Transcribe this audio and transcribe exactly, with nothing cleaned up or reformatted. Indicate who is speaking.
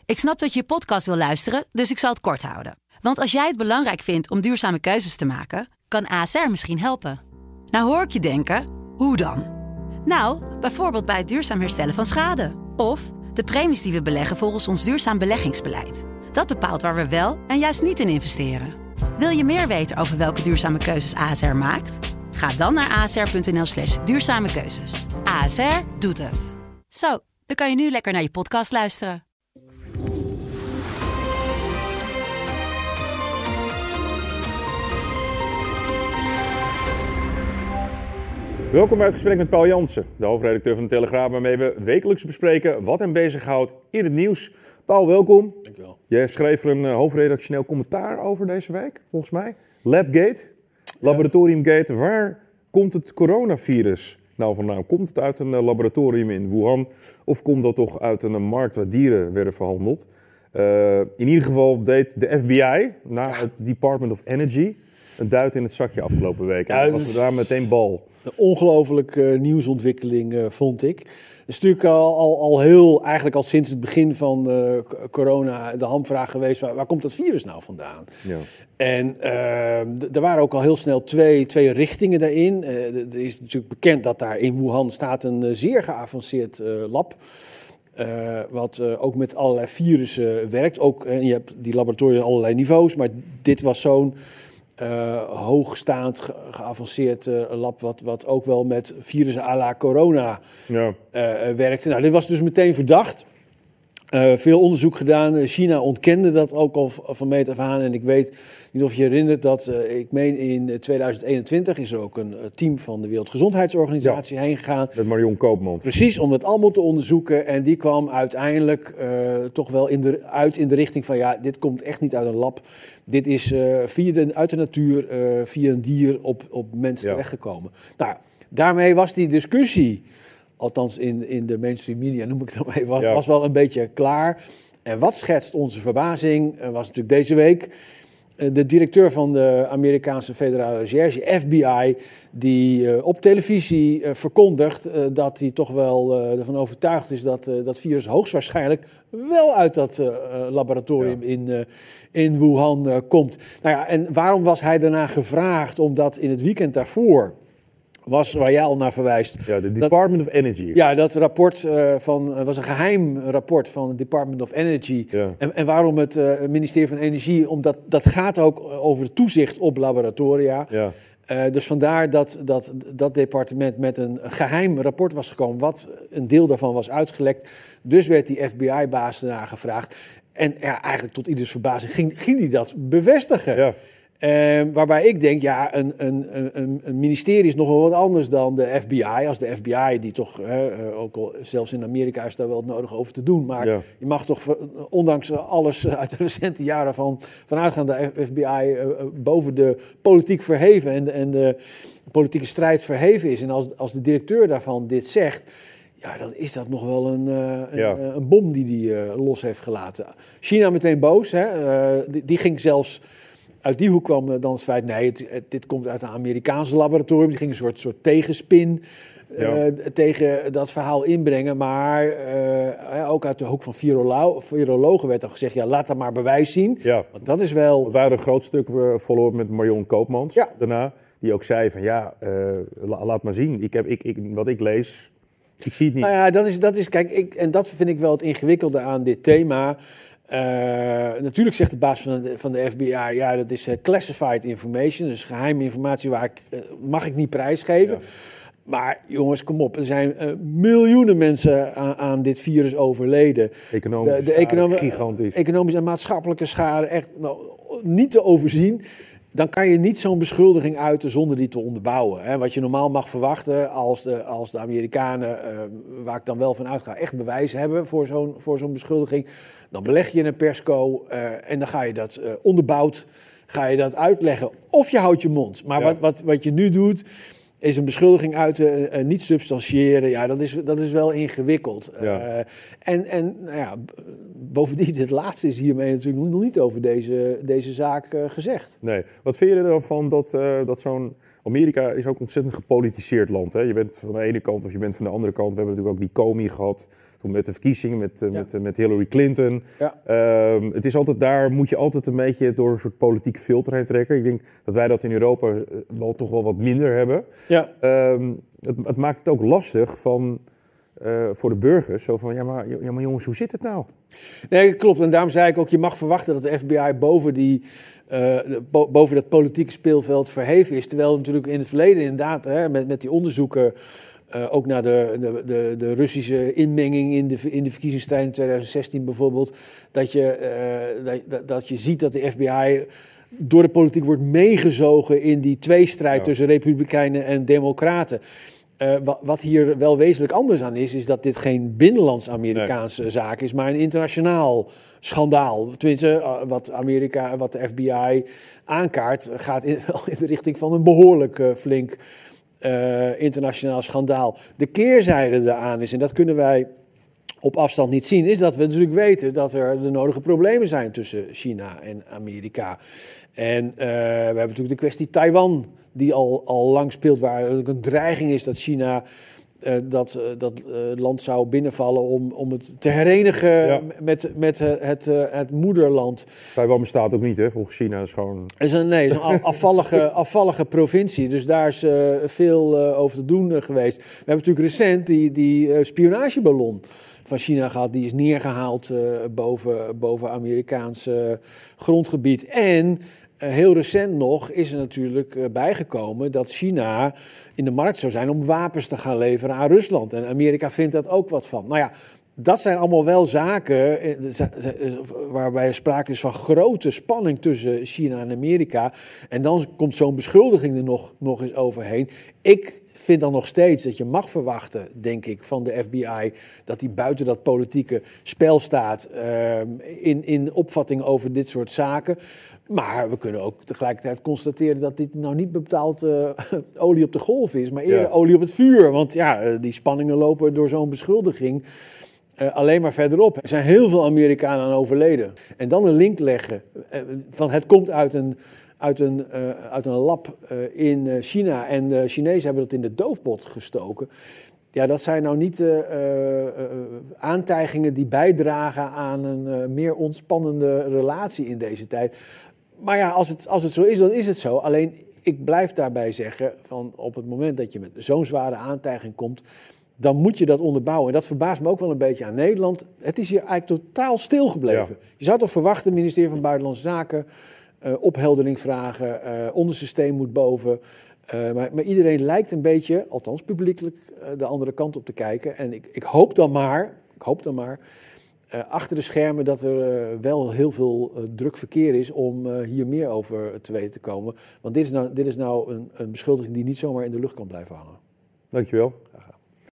Speaker 1: Ik snap dat je je podcast wil luisteren, dus ik zal het kort houden. Want als jij het belangrijk vindt om duurzame keuzes te maken, kan A S R misschien helpen. Nou hoor ik je denken, hoe dan? Nou, bijvoorbeeld bij het duurzaam herstellen van schade. Of de premies die we beleggen volgens ons duurzaam beleggingsbeleid. Dat bepaalt waar we wel en juist niet in investeren. Wil je meer weten over welke duurzame keuzes A S R maakt? Ga dan naar asr.nl slash duurzame keuzes. A S R doet het. Zo, dan kan je nu lekker naar je podcast luisteren.
Speaker 2: Welkom bij het gesprek met Paul Jansen, de hoofdredacteur van de Telegraaf, waarmee we wekelijks bespreken wat hem bezighoudt in het nieuws. Paul, welkom.
Speaker 3: Dankjewel.
Speaker 2: Jij schreef er een uh, hoofdredactioneel commentaar over deze week, volgens mij. Labgate, Laboratoriumgate. Ja. Waar komt het coronavirus nou vandaan? Komt het uit een uh, laboratorium in Wuhan of komt dat toch uit een uh, markt waar dieren werden verhandeld? Uh, in ieder geval deed de F B I, na ja. het Department of Energy, een duit in het zakje afgelopen week.
Speaker 3: Ja,
Speaker 2: en was we daar meteen bal.
Speaker 3: Een ongelooflijke uh, nieuwsontwikkeling uh, vond ik. Het is natuurlijk al, al, al heel, eigenlijk al sinds het begin van uh, corona de hamvraag geweest, waar, waar komt dat virus nou vandaan? Ja. En uh, d- er waren ook al heel snel twee, twee richtingen daarin. Uh, d- er is natuurlijk bekend dat daar in Wuhan staat een uh, zeer geavanceerd uh, lab. Uh, wat uh, ook met allerlei virussen werkt. Ook, uh, je hebt die laboratoriën allerlei niveaus, maar dit was zo'n Uh, hoogstaand, ge- geavanceerd uh, lab, wat, wat ook wel met virussen à la corona ja. uh, werkte. Nou, dit was dus meteen verdacht. Uh, veel onderzoek gedaan. China ontkende dat ook al v- van meet af aan. En ik weet niet of je herinnert dat, uh, ik meen in tweeduizend eenentwintig is er ook een uh, team van de Wereldgezondheidsorganisatie ja. heen gegaan.
Speaker 2: Met Marion Koopmans.
Speaker 3: Precies, om dat allemaal te onderzoeken. En die kwam uiteindelijk uh, toch wel in de, uit in de richting van, ja, dit komt echt niet uit een lab. Dit is uh, via de, uit de natuur, uh, via een dier op, op mensen ja. terechtgekomen. Nou, daarmee was die discussie, althans in, in de mainstream media noem ik het dan even, was, ja. was wel een beetje klaar. En wat schetst onze verbazing, uh, was natuurlijk deze week uh, de directeur van de Amerikaanse federale recherche, F B I, die uh, op televisie uh, verkondigt uh, dat hij toch wel uh, ervan overtuigd is dat uh, dat virus hoogstwaarschijnlijk wel uit dat uh, laboratorium ja. in, uh, in Wuhan uh, komt. Nou ja, en waarom was hij daarna gevraagd? Omdat in het weekend daarvoor was, waar jij al naar verwijst.
Speaker 2: Ja, de Department dat, of Energy.
Speaker 3: Ja, dat rapport uh, van, uh, was een geheim rapport van het Department of Energy. Ja. En, en waarom het uh, ministerie van Energie? Omdat dat gaat ook over toezicht op laboratoria. Ja. Uh, dus vandaar dat, dat dat departement met een geheim rapport was gekomen, wat een deel daarvan was uitgelekt. Dus werd die F B I-baas daarna gevraagd. En ja, eigenlijk tot ieders verbazing ging, ging die dat bevestigen. Ja. Uh, waarbij ik denk, ja, een, een, een, een ministerie is nog wel wat anders dan de F B I. Als de F B I, die toch, uh, ook al zelfs in Amerika is daar wel het nodig over te doen. Maar ja. je mag toch, ondanks alles uit de recente jaren van, vanuitgaan, de F B I uh, boven de politiek verheven en de, en de politieke strijd verheven is. En als, als de directeur daarvan dit zegt, ja, dan is dat nog wel een, uh, een, ja. een bom die hij uh, los heeft gelaten. China meteen boos, hè? Uh, die, die ging zelfs. Uit die hoek kwam dan het feit, nee, het, het, dit komt uit een Amerikaanse laboratorium. Die ging een soort, soort tegenspin ja. uh, tegen dat verhaal inbrengen. Maar uh, ook uit de hoek van virolo- virologen werd dan gezegd, ja, laat dat maar bewijs zien. Ja. Want dat is wel.
Speaker 2: We waren een groot stuk follow-up met Marion Koopmans ja. daarna. Die ook zei van, ja, uh, la, laat maar zien. Ik heb, ik, ik, wat ik lees, ik zie het niet.
Speaker 3: Nou ja, dat is, dat is kijk, ik, en dat vind ik wel het ingewikkelde aan dit thema. Uh, natuurlijk zegt de baas van de, van de F B I, ja, dat is uh, classified information, dus geheime informatie waar ik, uh, mag ik niet prijsgeven. Ja. Maar jongens, kom op, er zijn uh, miljoenen mensen aan, aan dit virus overleden.
Speaker 2: Economische
Speaker 3: de, de economi-
Speaker 2: schade, gigantisch.
Speaker 3: Economische en maatschappelijke schade, echt nou, niet te overzien. Dan kan je niet zo'n beschuldiging uiten zonder die te onderbouwen. Hè? Wat je normaal mag verwachten als de, als de Amerikanen, uh, waar ik dan wel van uitga, echt bewijs hebben voor zo'n, voor zo'n beschuldiging. Dan beleg je een persco uh, en dan ga je dat uh, onderbouwd, ga je dat uitleggen. Of je houdt je mond. Maar ja. wat, wat, wat je nu doet, is een beschuldiging uiten, uh, niet substantiëren. Ja, dat is, dat is wel ingewikkeld. Ja. Uh, en en nou ja, bovendien, het laatste is hiermee natuurlijk nog niet over deze, deze zaak uh, gezegd.
Speaker 2: Nee. Wat vind je er dan van dat, uh, dat zo'n... Amerika is ook een ontzettend gepolitiseerd land. Hè? Je bent van de ene kant of je bent van de andere kant. We hebben natuurlijk ook die Comey gehad. Toen met de verkiezingen, met, uh,
Speaker 3: ja.
Speaker 2: met, uh, met Hillary Clinton.
Speaker 3: Ja.
Speaker 2: Uh, het is altijd daar, moet je altijd een beetje door een soort politieke filter heen trekken. Ik denk dat wij dat in Europa uh, wel toch wel wat minder hebben.
Speaker 3: Ja.
Speaker 2: Uh, het, het maakt het ook lastig van... Uh, voor de burgers, zo van, ja maar, ja maar jongens, hoe zit het nou?
Speaker 3: Nee, klopt. En daarom zei ik ook, je mag verwachten dat de F B I boven, die, uh, bo- boven dat politieke speelveld verheven is. Terwijl natuurlijk in het verleden inderdaad, hè, met, met die onderzoeken, uh, ook naar de, de, de, de Russische inmenging in de, in de verkiezingsstrijd in twintig zestien bijvoorbeeld, dat je, uh, dat, dat je ziet dat de F B I door de politiek wordt meegezogen in die tweestrijd ja. tussen Republikeinen en Democraten. Uh, wat hier wel wezenlijk anders aan is, is dat dit geen binnenlands-Amerikaanse nee. zaak is, maar een internationaal schandaal. Tenminste, uh, wat Amerika, wat de F B I aankaart, gaat in, wel in de richting van een behoorlijk uh, flink uh, internationaal schandaal. De keerzijde daaraan is, en dat kunnen wij op afstand niet zien, is dat we natuurlijk weten dat er de nodige problemen zijn tussen China en Amerika. En uh, we hebben natuurlijk de kwestie Taiwan, die al, al lang speelt, waar er een dreiging is dat China uh, dat, uh, dat uh, land zou binnenvallen om, om het te herenigen ja. met, met uh, het, uh, het moederland.
Speaker 2: Taiwan bestaat ook niet, hè? Volgens China is gewoon...
Speaker 3: Is een, nee, het is een afvallige, afvallige provincie, dus daar is uh, veel uh, over te doen uh, geweest. We hebben natuurlijk recent die, die uh, spionageballon van China gehad, die is neergehaald uh, boven, boven Amerikaans uh, grondgebied. En Uh, heel recent nog is er natuurlijk uh, bijgekomen dat China in de markt zou zijn om wapens te gaan leveren aan Rusland. En Amerika vindt dat ook wat van. Nou ja, dat zijn allemaal wel zaken uh, waarbij er sprake is van grote spanning tussen China en Amerika. En dan komt zo'n beschuldiging er nog, nog eens overheen. Ik vind dan nog steeds dat je mag verwachten, denk ik, van de F B I, dat die buiten dat politieke spel staat uh, in, in opvatting over dit soort zaken. Maar we kunnen ook tegelijkertijd constateren dat dit nou niet bepaald uh, olie op de golf is, maar eerder ja. olie op het vuur. Want ja, uh, die spanningen lopen door zo'n beschuldiging uh, alleen maar verderop. Er zijn heel veel Amerikanen aan overleden. En dan een link leggen uh, van het komt uit een, uit een, uh, uit een lab uh, in China en de Chinezen hebben dat in de doofpot gestoken. Ja, dat zijn nou niet uh, uh, uh, aantijgingen die bijdragen aan een uh, meer ontspannende relatie in deze tijd. Maar ja, als het, als het zo is, dan is het zo. Alleen, ik blijf daarbij zeggen, van op het moment dat je met zo'n zware aantijging komt, dan moet je dat onderbouwen. En dat verbaast me ook wel een beetje aan Nederland. Het is hier eigenlijk totaal stilgebleven. Ja. Je zou toch verwachten, het ministerie van Buitenlandse Zaken, uh, opheldering vragen, uh, onderste steen moet boven. Uh, maar, maar iedereen lijkt een beetje, althans publiekelijk, uh, de andere kant op te kijken. En ik, ik hoop dan maar, ik hoop dan maar, uh, achter de schermen dat er uh, wel heel veel uh, druk verkeer is om uh, hier meer over te weten te komen. Want dit is nou, dit is nou een, een beschuldiging die niet zomaar in de lucht kan blijven hangen.
Speaker 2: Dankjewel.